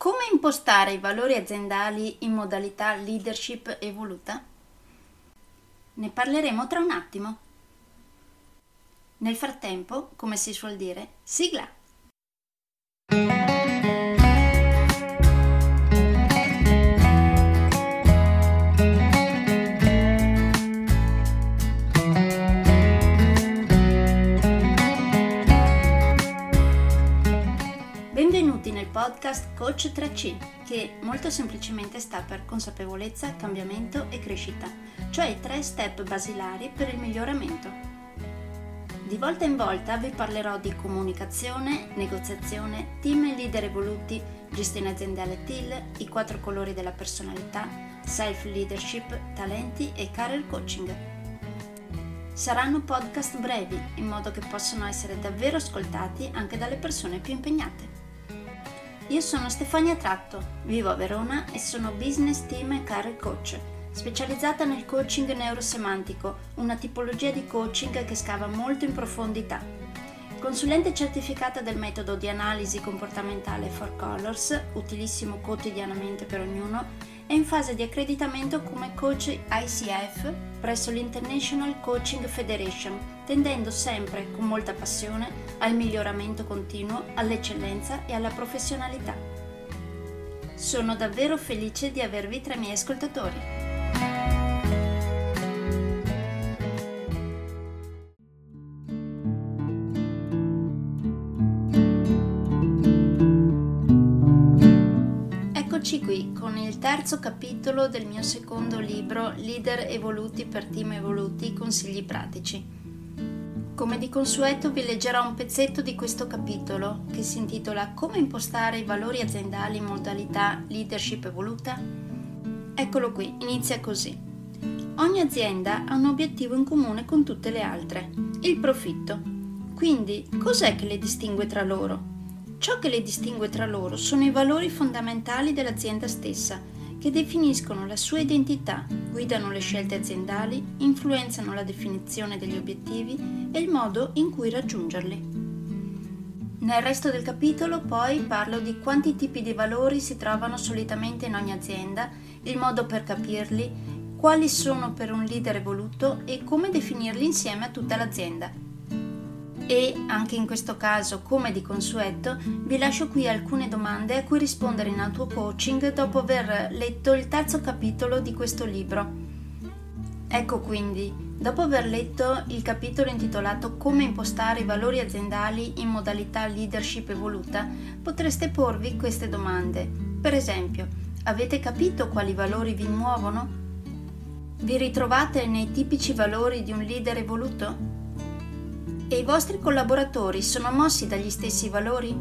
Come impostare i valori aziendali in modalità leadership evoluta? Ne parleremo tra un attimo. Nel frattempo, come si suol dire, sigla! Benvenuti nel podcast Coach 3C, che molto semplicemente sta per consapevolezza, cambiamento e crescita, cioè i 3 step basilari per il miglioramento. Di volta in volta vi parlerò di comunicazione, negoziazione, team e leader evoluti, gestione aziendale TIL, i 4 colori della personalità, self-leadership, talenti e career coaching. Saranno podcast brevi, in modo che possano essere davvero ascoltati anche dalle persone più impegnate. Io sono Stefania Tratto, vivo a Verona e sono business team e career coach, specializzata nel coaching neurosemantico, una tipologia di coaching che scava molto in profondità. Consulente certificata del metodo di analisi comportamentale 4 Colors, utilissimo quotidianamente per ognuno, e in fase di accreditamento come coach ICF presso l'International Coaching Federation, tendendo sempre con molta passione al miglioramento continuo, all'eccellenza e alla professionalità. Sono davvero felice di avervi tra i miei ascoltatori. Eccoci qui con il terzo capitolo del mio secondo libro Leader evoluti per team evoluti, consigli pratici. Come di consueto vi leggerò un pezzetto di questo capitolo che si intitola Come impostare i valori aziendali in modalità leadership evoluta? Eccolo qui, inizia così. Ogni azienda ha un obiettivo in comune con tutte le altre, il profitto. Quindi, cos'è che le distingue tra loro? Ciò che le distingue tra loro sono i valori fondamentali dell'azienda stessa, che definiscono la sua identità, guidano le scelte aziendali, influenzano la definizione degli obiettivi e il modo in cui raggiungerli. Nel resto del capitolo poi parlo di quanti tipi di valori si trovano solitamente in ogni azienda, il modo per capirli, quali sono per un leader evoluto e come definirli insieme a tutta l'azienda. E, anche in questo caso, come di consueto, vi lascio qui alcune domande a cui rispondere in auto-coaching dopo aver letto il terzo capitolo di questo libro. Ecco quindi, dopo aver letto il capitolo intitolato Come impostare i valori aziendali in modalità leadership evoluta, potreste porvi queste domande. Per esempio, avete capito quali valori vi muovono? Vi ritrovate nei tipici valori di un leader evoluto? E i vostri collaboratori sono mossi dagli stessi valori?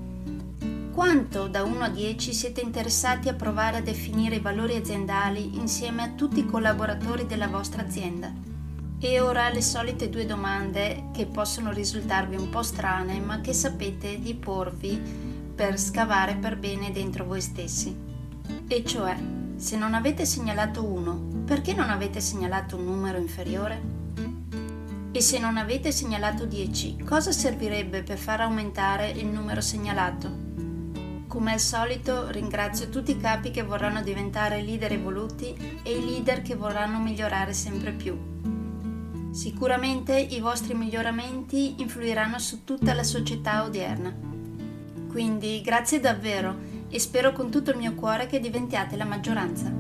Quanto da 1 a 10 siete interessati a provare a definire i valori aziendali insieme a tutti i collaboratori della vostra azienda? E ora le solite 2 domande che possono risultarvi un po' strane, ma che sapete di porvi per scavare per bene dentro voi stessi. E cioè, se non avete segnalato 1, perché non avete segnalato un numero inferiore? E se non avete segnalato 10, cosa servirebbe per far aumentare il numero segnalato? Come al solito ringrazio tutti i capi che vorranno diventare leader evoluti e i leader che vorranno migliorare sempre più. Sicuramente i vostri miglioramenti influiranno su tutta la società odierna. Quindi grazie davvero e spero con tutto il mio cuore che diventiate la maggioranza.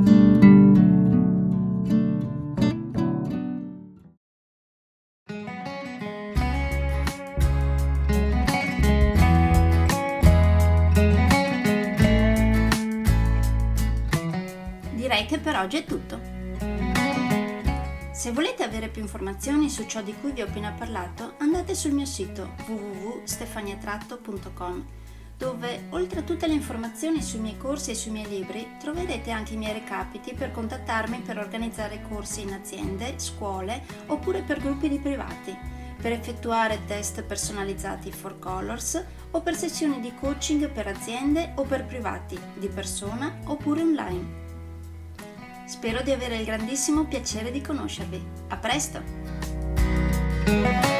Direi che per oggi è tutto. Se volete avere più informazioni su ciò di cui vi ho appena parlato, andate sul mio sito www.stefaniatratto.com, dove oltre a tutte le informazioni sui miei corsi e sui miei libri troverete anche i miei recapiti per contattarmi per organizzare corsi in aziende, scuole oppure per gruppi di privati, per effettuare test personalizzati 4 Colors o per sessioni di coaching per aziende o per privati, di persona oppure online. Spero di avere il grandissimo piacere di conoscervi. A presto!